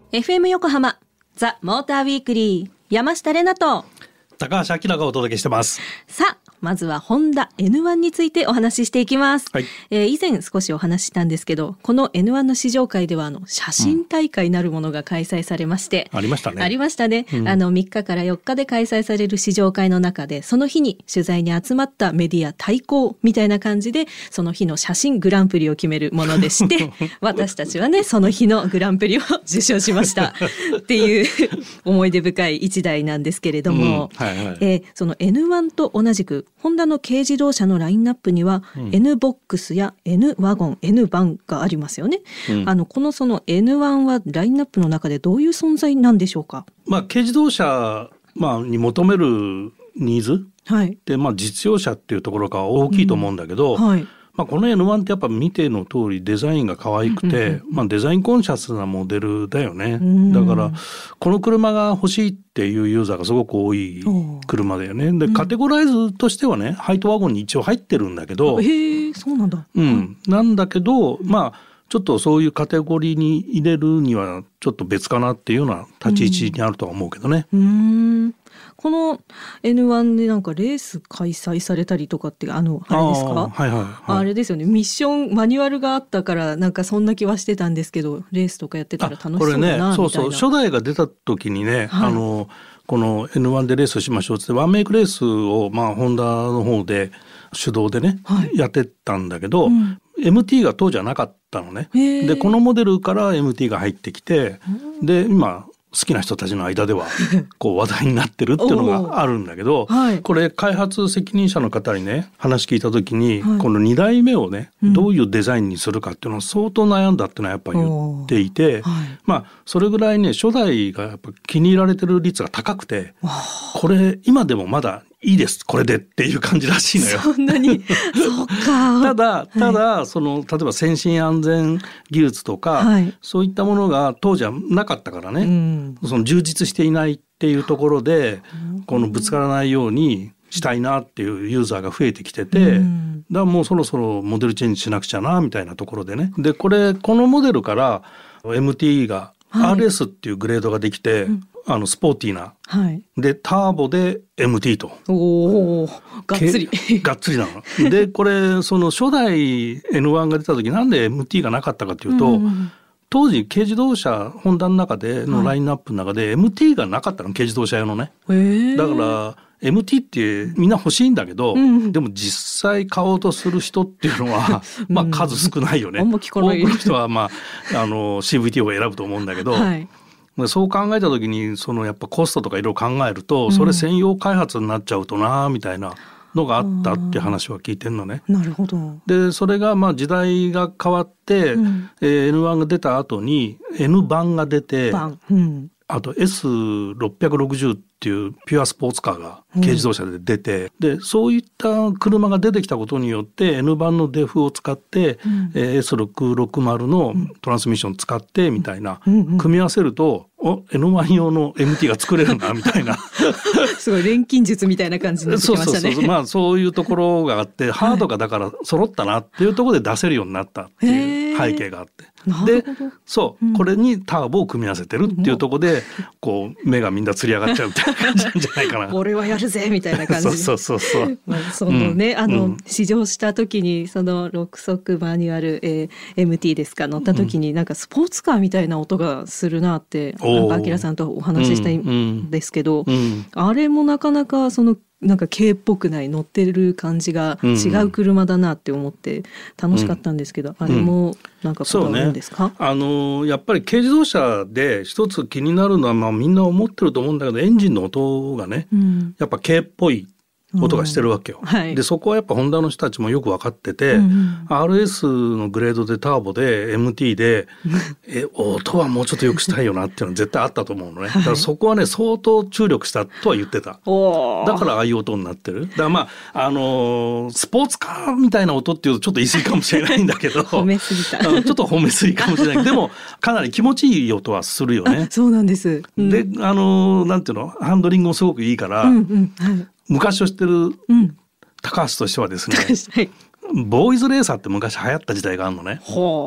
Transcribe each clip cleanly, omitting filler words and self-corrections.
FM 横浜ザ・モーターウィークリー、山下れなと高橋明がお届けしてます。 さあ、まずはホンダ N1 についてお話ししていきます。 はい。 以前少しお話ししたんですけど、この N1 の試乗会では写真大会なるものが開催されまして、 ありましたね。 ありましたね。3日から4日で開催される試乗会の中で、その日に取材に集まったメディア対抗みたいな感じで、その日の写真グランプリを決めるものでして私たちはね、その日のグランプリを受賞しましたっていう思い出深い一台なんですけれども、その N1 と同じくホンダの軽自動車のラインナップには、N ボックスや N ワゴン、N バンがありますよね。このその N1 はラインナップの中でどういう存在なんでしょうか。 軽自動車、に求めるニーズ、で、実用車っていうところが大きいと思うんだけど、この N1 ってやっぱ見ての通りデザインが可愛くて、デザインコンシャスなモデルだよね。だからこの車が欲しいっていうユーザーがすごく多い車だよね。で、カテゴライズとしてはね、ハイトワゴンに一応入ってるんだけど、 そうなんだ。 なんだけど、ちょっとそういうカテゴリーに入れるにはちょっと別かなっていうような立ち位置にあるとは思うけどね。 この N1 でなんかレース開催されたりとかってあれですか？あれですよね。ミッションマニュアルがあったからなんかそんな気はしてたんですけど、レースとかやってたら楽しそうだなみたいな。 これね、そう初代が出た時にね、この N1 でレースしましょうってワンメイクレースをホンダの方で主導でね、やってたんだけど、MT が当時はなかったのね。でこのモデルから MT が入ってきて、で今好きな人たちの間ではこう話題になってるっていうのがあるんだけど、これ開発責任者の方にね話聞いた時に、この2代目をねどういうデザインにするかっていうのを相当悩んだっていうのはやっぱり言っていて、それぐらいね初代がやっぱ気に入られてる率が高くて、これ今でもまだいいですこれでっていう感じらしいのよ。 そんなにそうか。 ただその例えば先進安全技術とか、そういったものが当時はなかったからね、その充実していないっていうところで、このぶつからないようにしたいなっていうユーザーが増えてきてて、だからもうそろそろモデルチェンジしなくちゃなみたいなところでね。でこのモデルから MT が RS っていうグレードができて、スポーティーな、でターボで MT とがっつりがっつりなので、これその初代 N1 が出た時なんで MT がなかったかというと、当時軽自動車ホンダの中でのラインナップの中で MT がなかったの、軽自動車用のね。だから MT ってみんな欲しいんだけど、でも実際買おうとする人っていうのは数少ないよね。 あんま聞かない。 多くの人はCVT を選ぶと思うんだけど、そう考えた時にそのやっぱコストとかいろいろ考えると、それ専用開発になっちゃうとなみたいなのがあったって話は聞いてるのね。 なるほど。 でそれが時代が変わって、N1 が出た後に N 版が出て、あと S660 っていうピュアスポーツカーが軽自動車で出て、でそういった車が出てきたことによって N 版のデフを使って、S660 のトランスミッションを使ってみたいな、組み合わせるとN1 用の MT が作れるなみたいなすごい錬金術みたいな感じになってきましたね。 そういうところがあって、ハードがだから揃ったなっていうところで出せるようになったっていう背景があって、でこれにターボを組み合わせてるっていうところでこう目がみんなつり上がっちゃうみたいな感じなんじゃないかな。 俺はやるぜみたいな感じでそのね、試乗した時にその6速マニュアル、MT ですか乗った時になんかスポーツカーみたいな音がするなってなんか明さんとお話ししたいんですけど、あれもなかなかそのなんか軽っぽくない乗ってる感じが違う車だなって思って楽しかったんですけど、あれもなんかこだわるんですか？ やっぱり軽自動車で一つ気になるのは、みんな思ってると思うんだけどエンジンの音がね、やっぱ軽っぽい音がしてるわけよ。でそこはやっぱホンダの人たちもよく分かってて、RS のグレードでターボで MT で音はもうちょっと良くしたいよなっていうのは絶対あったと思うのね。だからそこはね相当注力したとは言ってた。だからああいう音になってる。だからスポーツカーみたいな音っていうとちょっと言い過ぎかもしれないんだけど褒めすぎたちょっと褒めすぎかもしれないけどでもかなり気持ちいい音はするよね。 そうなんです。 でなんていうのハンドリングもすごくいいから、昔を知ってる高橋としてはですね、ボーイズレーサーって昔流行った時代があるのね。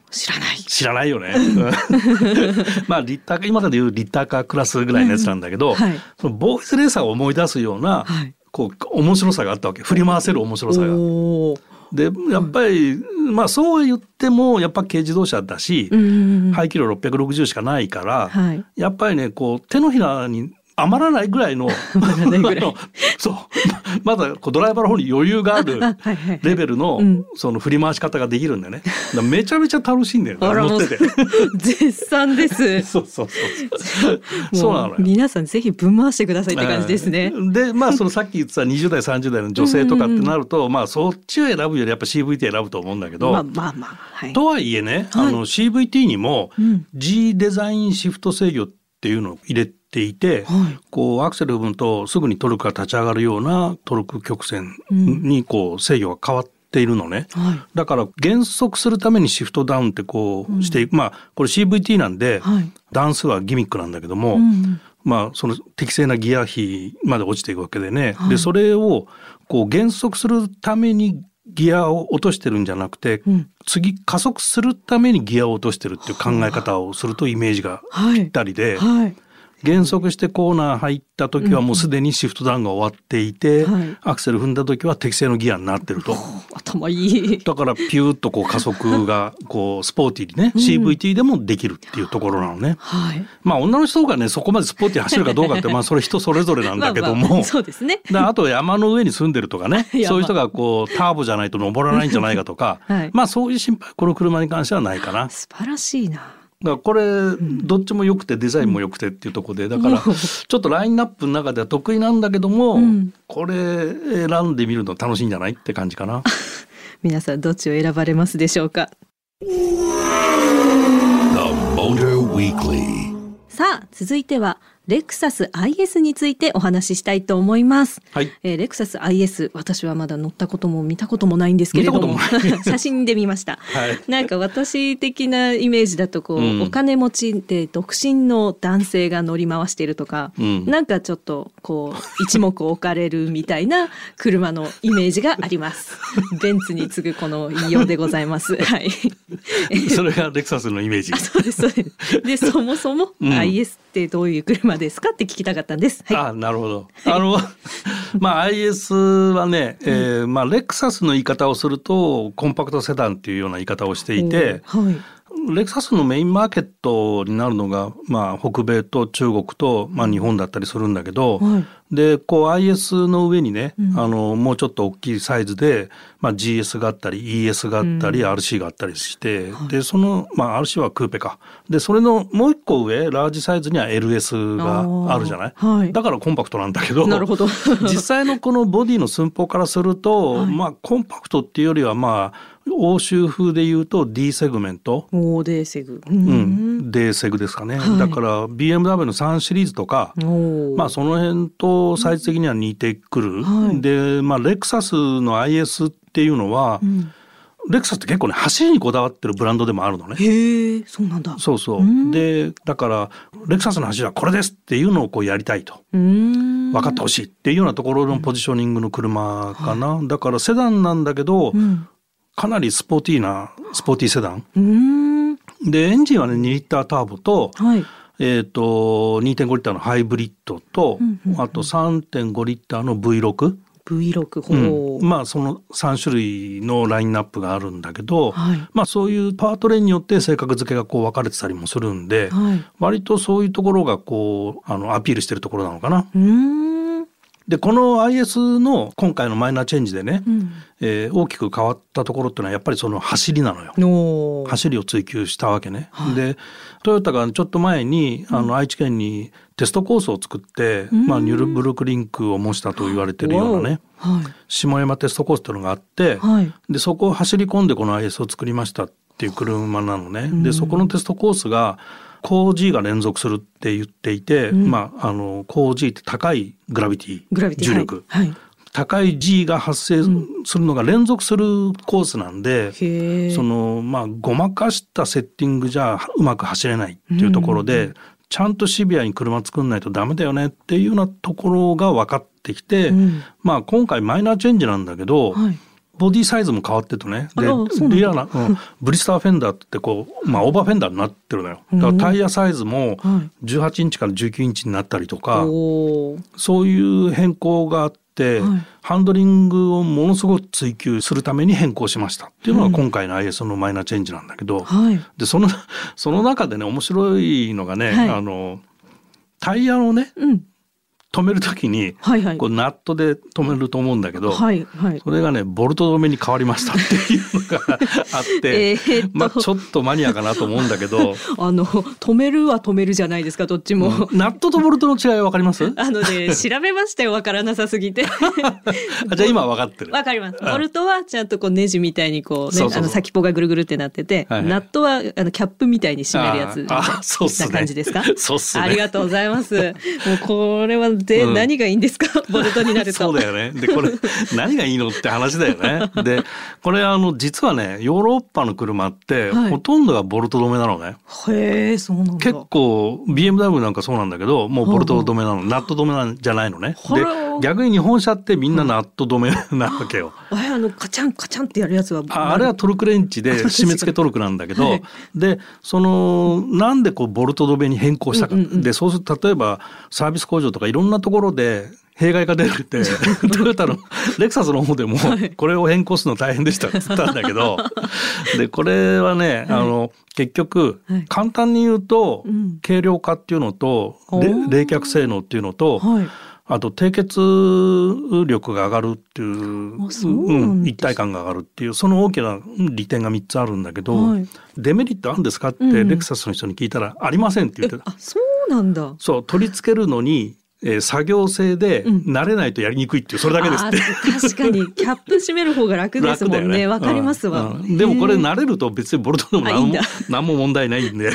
知らないよね。まあリッター今でいうリッターカークラスぐらいのやつなんだけど、はい、そのボーイズレーサーを思い出すような、はい、こう面白さがあったわけ。振り回せる面白さが。でやっぱり、まあそう言ってもやっぱ軽自動車だし、排気量660しかないから、はい、やっぱりねこう手のひらに余らないぐらいのそうまだこうドライバーの方に余裕があるレベルのその振り回し方ができるんだよね。だめちゃめちゃ楽しいんだよね。乗ってて絶賛です。 そうなのよ。 皆さんぜひぶん回してくださいって感じですね。 でまあそのさっき言ってた20代30代の女性とかってなると、まあそっちを選ぶよりやっぱ CVT 選ぶと思うんだけど、はい、とはいえね、はい、CVT にも G デザインシフト制御っていうのを入れていて、はい、こうアクセル踏むとすぐにトルクが立ち上がるようなトルク曲線にこう制御が変わっているのね、はい、だから減速するためにシフトダウンってこうしていく、まあこれ CVT なんで、はい、段数はギミックなんだけども、まあその適正なギア比まで落ちていくわけでね、はい、でそれをこう減速するためにギアを落としてるんじゃなくて、次加速するためにギアを落としてるっていう考え方をするとイメージがぴったりで、減速してコーナー入った時はもうすでにシフトダウンが終わっていて、アクセル踏んだ時は適正のギアになってると。 頭いい。 だからピューッとこう加速がこうスポーティーにね、CVT でもできるっていうところなのね。まあ女の人がねそこまでスポーティー走るかどうかってまあそれ人それぞれなんだけども、 そうですね。 あと山の上に住んでるとかね、そういう人がこうターボじゃないと登らないんじゃないかとか、まあそういう心配この車に関してはないかな。 素晴らしいな。 だからこれどっちも良くてデザインも良くてっていうところで、だからちょっとラインナップの中では得意なんだけども、これ選んでみるの楽しいんじゃないって感じかな。 皆さんどっちを選ばれますでしょうか。さあ続いてはレクサス IS についてお話ししたいと思います、はい。レクサス IS 私はまだ乗ったことも見たこともないんですけれども写真で見ました、はい、なんか私的なイメージだとこう、お金持ちで独身の男性が乗り回しているとか、なんかちょっとこう一目置かれるみたいな車のイメージがありますベンツに次ぐこの言いようでございます、はい、 それがレクサスのイメージ。 そうですそうです。でそもそも IS ってどういう車ですかって聞きたかったんです。はい、 あ、なるほど。まあ IS はね、まあレクサスの言い方をするとコンパクトセダンっていうような言い方をしていて、はい、レクサスのメインマーケットになるのが、まあ、北米と中国と、まあ、日本だったりするんだけど、はい、でこう IS の上にね、もうちょっと大きいサイズで、まあ、GS があったり ES があったり、RC があったりして、でその、まあ、RC はクーペかでそれのもう一個上ラージサイズには LS があるじゃない、はい、だからコンパクトなんだけど、 なるほど実際のこのボディの寸法からすると、はい、まあ、コンパクトっていうよりはまあ欧州風でいうと D セグメント、 D セグ、 D セグですかね、はい、だから BMW の3シリーズとか、まあ、その辺とサイズ的には似てくる、はい、で、まあ、レクサスの IS っていうのは、レクサスって結構ね走りにこだわってるブランドでもあるのね。 へえ、そうなんだ。 そうそう、でだからレクサスの走りはこれですっていうのをこうやりたいと分かってほしいっていうようなところのポジショニングの車かな、はい、だからセダンなんだけど、かなりスポーティーセダンでエンジンはね2リッターターボと、はい、2.5 リッターのハイブリッドと、あと 3.5 リッターの V6、まあその3種類のラインナップがあるんだけど、はい、まあそういうパワートレインによって性格付けがこう分かれてたりもするんで、はい、割とそういうところがこうアピールしてるところなのかな。でこの IS の今回のマイナーチェンジでね、大きく変わったところっていうのはやっぱりその走りなのよ。走りを追求したわけね、はい、でトヨタがちょっと前に愛知県にテストコースを作って、まあ、ニュルブルクリンクを模したと言われてるようなね、はい、下山テストコースっていうのがあって、はい、でそこを走り込んでこの IS を作りましたっていう車なのね。でそこのテストコースが高 G が連続するって言っていて、まあ、高 G って高いグラビティ重力、はいはい、高い G が発生するのが連続するコースなんで、そのまあごまかしたセッティングじゃうまく走れないっていうところで、ちゃんとシビアに車作んないとダメだよねっていうようなところが分かってきて、まあ今回マイナーチェンジなんだけど、はい、 ボディサイズも変わってるとね、でそうリアな、ブリスターフェンダーってこう、オーバーフェンダーになってるのよ。だからタイヤサイズも18インチから19インチになったりとか、そういう変更があって、ハンドリングをものすごく追求するために変更しましたっていうのが今回の IS のマイナーチェンジなんだけど、でその中でね面白いのがね、タイヤをね、止めるときに、こうナットで止めると思うんだけど、それがねボルト止めに変わりましたっていうのがあって、ちょっとマニアかなと思うんだけど止めるは止めるじゃないですか、どっちも。 ナットとボルトの違いは分かります？ 調べましたよ、分からなさすぎて。 じゃあ今分かってる？ 分かります。ボルトはちゃんとこうネジみたいにこうね、先っぽがぐるぐるってなってて、ナットはキャップみたいに締めるやつみたいな感じですか？ そうっすね。 ありがとうございます。もうこれは何がいいんですか、ボルトになると。 そうだよね。でこれ何がいいのって話だよね。でこれ実はねヨーロッパの車って、ほとんどがボルト止めなのね。 へえ、そうなんだ。 結構 BMW なんかそうなんだけど、もうボルト止めなの、ナット止めなんじゃないのね。で逆に日本車ってみんなナット止めなわけよ。 カチャンカチャンってやるやつはあれはトルクレンチで締め付けトルクなんだけど、でなんでこうボルト止めに変更したか、でそうすると例えばサービス工場とかいろんなところで弊害が出るってトヨタのレクサスの方でもこれを変更するの大変でしたって言ったんだけど、でこれはね、結局簡単に言うと、軽量化っていうのと冷却性能っていうのと、あと低血力が上がるっていう、一体感が上がるっていうその大きな利点が3つあるんだけど、デメリットあるんですかってレクサスの人に聞いたら、ありませんって言ってた。 そうなんだ。 そう、取り付けるのに作業性で慣れないとやりにくいっていう、それだけですって。 確かにキャップ閉める方が楽ですもんね。わかりますわ。 でもこれ慣れると別にボルトでも何も問題ないんで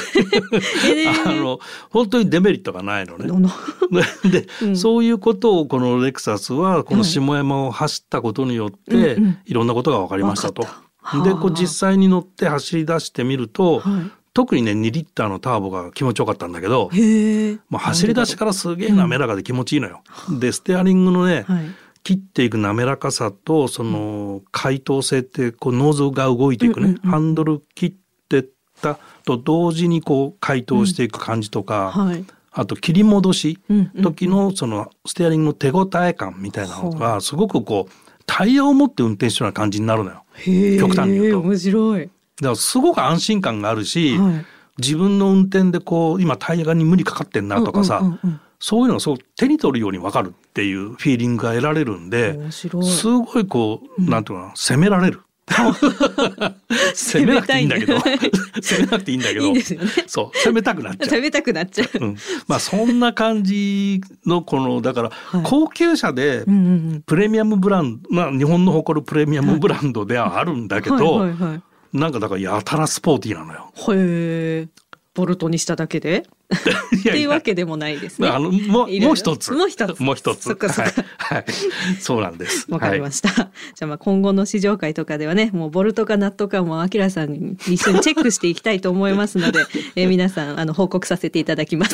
本当にデメリットがないのね。で、そういうことをこのレクサスはこの下山を走ったことによっていろんなことが分かりましたと。でこう実際に乗って走り出してみると、特にね2リッターのターボが気持ちよかったんだけど、もう走り出しからすげえ滑らかで気持ちいいのよ。でステアリングのね、切っていく滑らかさとその回答性ってこうノーズが動いていくね、ハンドル切ってったと同時にこう回答していく感じとか、あと切り戻し時のそのステアリングの手応え感みたいなのがすごくこうタイヤを持って運転してるような感じになるのよ。極端に言うと。 面白い。 だからすごく安心感があるし、自分の運転でこう今タイヤに無理かかってんなとかさ、そういうのがそう手に取るように分かるっていうフィーリングが得られるんで、すごいこう、なんていうのかな、攻められる。攻めなくていいんだけど攻めなくていいんだけど、いいですよね。そう攻めたくなっちゃう。 攻めたくなっちゃう。 そんな感じのこのだから高級車でプレミアムブランド、日本の誇るプレミアムブランドではあるんだけど、なんかだからやたらスポーティーなのよ。 へえ。ボルトにしただけでっていうわけでもないですね。 もう一つ。 そっかそっか。 そうなんです。 わかりました。じゃあ今後の試乗会とかではね、もうボルトかナットかもアキラさんに一緒にチェックしていきたいと思いますので、皆さん報告させていただきます。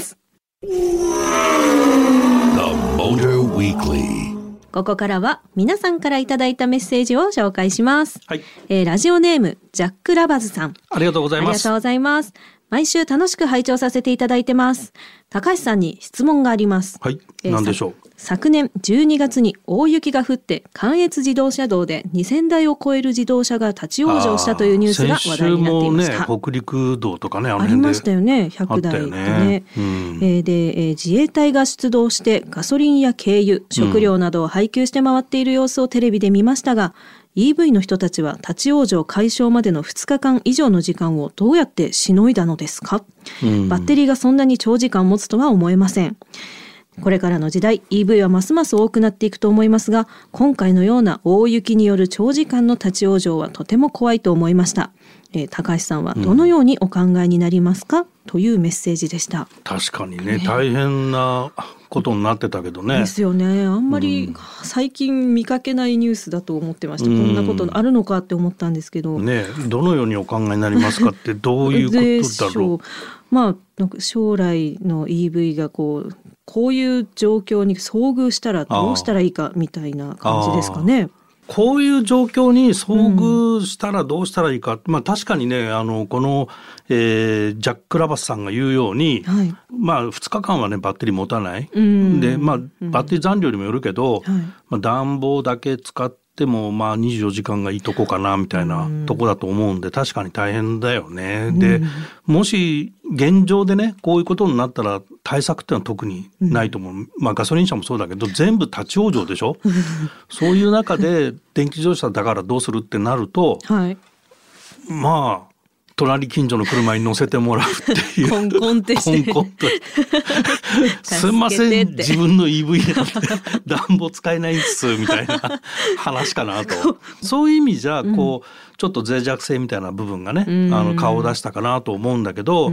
ここからは皆さんからいただいたメッセージを紹介します。ラジオネームジャック・ラバズさん、 ありがとうございます。 ありがとうございます。毎週楽しく拝聴させていただいてます。高橋さんに質問があります。 何でしょう。 昨年12月に大雪が降って関越自動車道で2000台を超える自動車が立ち往生したというニュースが話題になっていました。 先週もね、北陸道とかね、 ありましたよね。100台ってね。で、自衛隊が出動してガソリンや軽油、食料などを配給して回っている様子をテレビで見ましたが、EV の人たちは立ち往生解消までの2日間以上の時間をどうやってしのいだのですか？バッテリーがそんなに長時間持つとは思えません。これからの時代 EV はますます多くなっていくと思いますが、今回のような大雪による長時間の立ち往生はとても怖いと思いました。高橋さんはどのようにお考えになりますか、というメッセージでした。 確かにね、大変なことになってたけどね。 ですよね。あんまり最近見かけないニュースだと思ってました。こんなことあるのかって思ったんですけど、 ね、どのようにお考えになりますかってどういうことだろう。 なんか将来の EV がこういう状況に遭遇したらどうしたらいいかみたいな感じですかね。 こういう状況に遭遇したらどうしたらいいか、確かにねこの、ジャック・ラバスさんが言うように、はい、2日間はねバッテリー持たない、で、バッテリー残量にもよるけど、暖房だけ使っても24時間がいいとこかなみたいなとこだと思うんで、確かに大変だよね。でもし現状でねこういうことになったら対策ってのは特にないと思う、ガソリン車もそうだけど全部立ち往生でしょそういう中で電気自動車だからどうするってなると、はい、隣近所の車に乗せてもらうっていうコンコンってしてコンコンとすいません自分の EV なんて暖房使えないんですみたいな話かなとそういう意味じゃちょっと脆弱性みたいな部分がね、顔を出したかなと思うんだけど、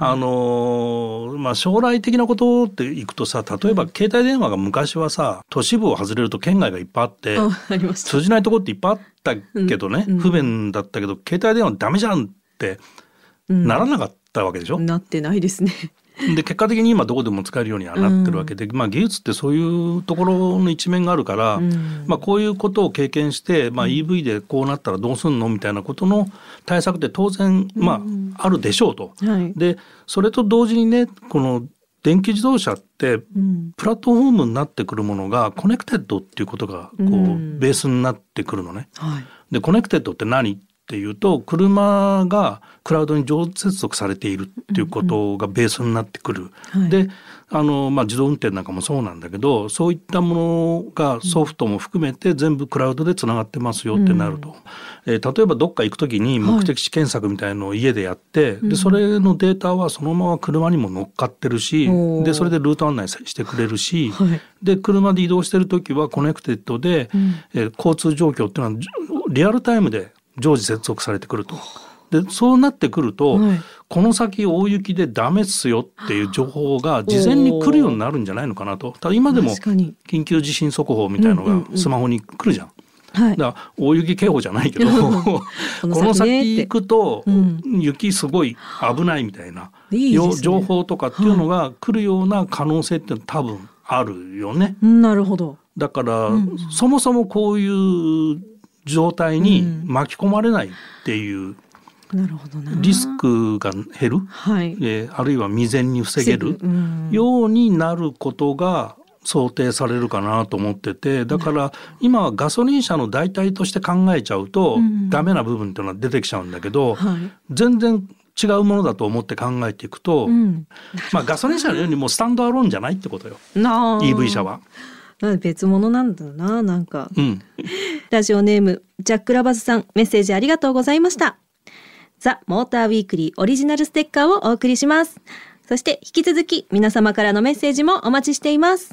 将来的なことっていくとさ、例えば携帯電話が昔はさ都市部を外れると県外がいっぱいあって通じないとこっていっぱいあったけどね、不便だったけど携帯電話ダメじゃんってならなかったわけでしょ、 なってないですね。 で結果的に今どこでも使えるようにはなってるわけで、技術ってそういうところの一面があるから、こういうことを経験して、EV でこうなったらどうすんのみたいなことの対策って当然、あるでしょうと、でそれと同時にねこの電気自動車ってプラットフォームになってくるものがコネクテッドっていうことがベースになってくるのね、でコネクテッドって何っていうと車がクラウドに常時接続されているっていうことがベースになってくる、で自動運転なんかもそうなんだけどそういったものがソフトも含めて全部クラウドでつながってますよってなると、例えばどっか行くときに目的地検索みたいのを家でやって、でそれのデータはそのまま車にも乗っかってるし、でそれでルート案内してくれるし、で車で移動してるときはコネクテッドで、交通状況っていうのはリアルタイムで常時接続されてくると。でそうなってくると、この先大雪でダメっすよっていう情報が事前に来るようになるんじゃないのかなと。ただ今でも緊急地震速報みたいなのがスマホに来るじゃん、だから大雪警報じゃないけどこの先行くと雪すごい危ないみたいな情報とかっていうのが来るような可能性って多分あるよね。 なるほど。 だから、そもそもこういう状態に巻き込まれないっていうリスクが減る、あるいは未然に防げるようになることが想定されるかなと思ってて、だから今はガソリン車の代替として考えちゃうとダメな部分っていうのは出てきちゃうんだけど、全然違うものだと思って考えていくと、ガソリン車のようにもうスタンドアローンじゃないってことよ、EV 車は。 別物なんだな、なんか、ラジオネームジャック・ラバズさん、メッセージありがとうございました。ザ・モーターウィークリーオリジナルステッカーをお送りします。そして引き続き皆様からのメッセージもお待ちしています。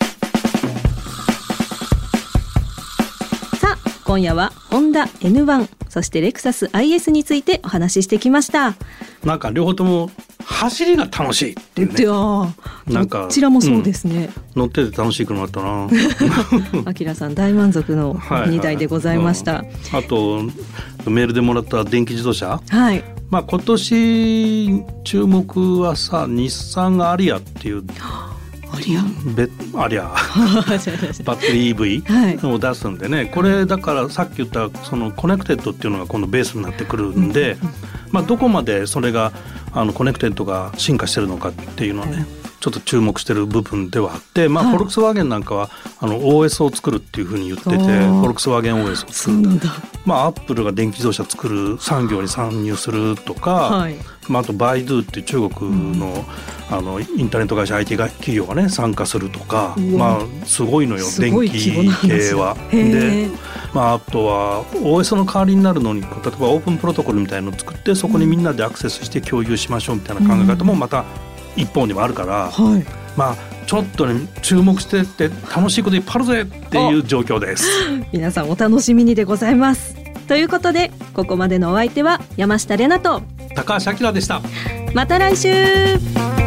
さあ今夜はホンダ N1 そしてレクサス IS についてお話ししてきました。 なんか両方とも走りが楽しいっていうね。 なんかどちらもそうですね、 乗ってて楽しい車だったなあきらさん大満足の2台でございました、 あとメールでもらった電気自動車、今年注目はさ日産がアリアっていうアリアバッテリー EV を出すんでね、これだからさっき言ったそのコネクテッドっていうのが今度ベースになってくるんで、どこまでそれがコネクテッドが進化してるのかっていうのはね、ちょっと注目してる部分ではあって、フォルクスワーゲンなんかはOS を作るっていうふうに言ってて、フォルクスワーゲン OS を作る。アップルが電気自動車作る産業に参入するとか、あとバイドゥっていう中国の、インターネット会社 IT 企業がね参加するとか、すごいのよ電気系は。で、あとは OS の代わりになるのに例えばオープンプロトコルみたいなのを作ってそこにみんなでアクセスして共有しましょうみたいな考え方もまた一方にもあるから、ちょっとね注目してって楽しいこといっぱいあるぜっていう状況です。 皆さんお楽しみにでございます。ということでここまでのお相手は山下れなと高橋明でした。 また来週。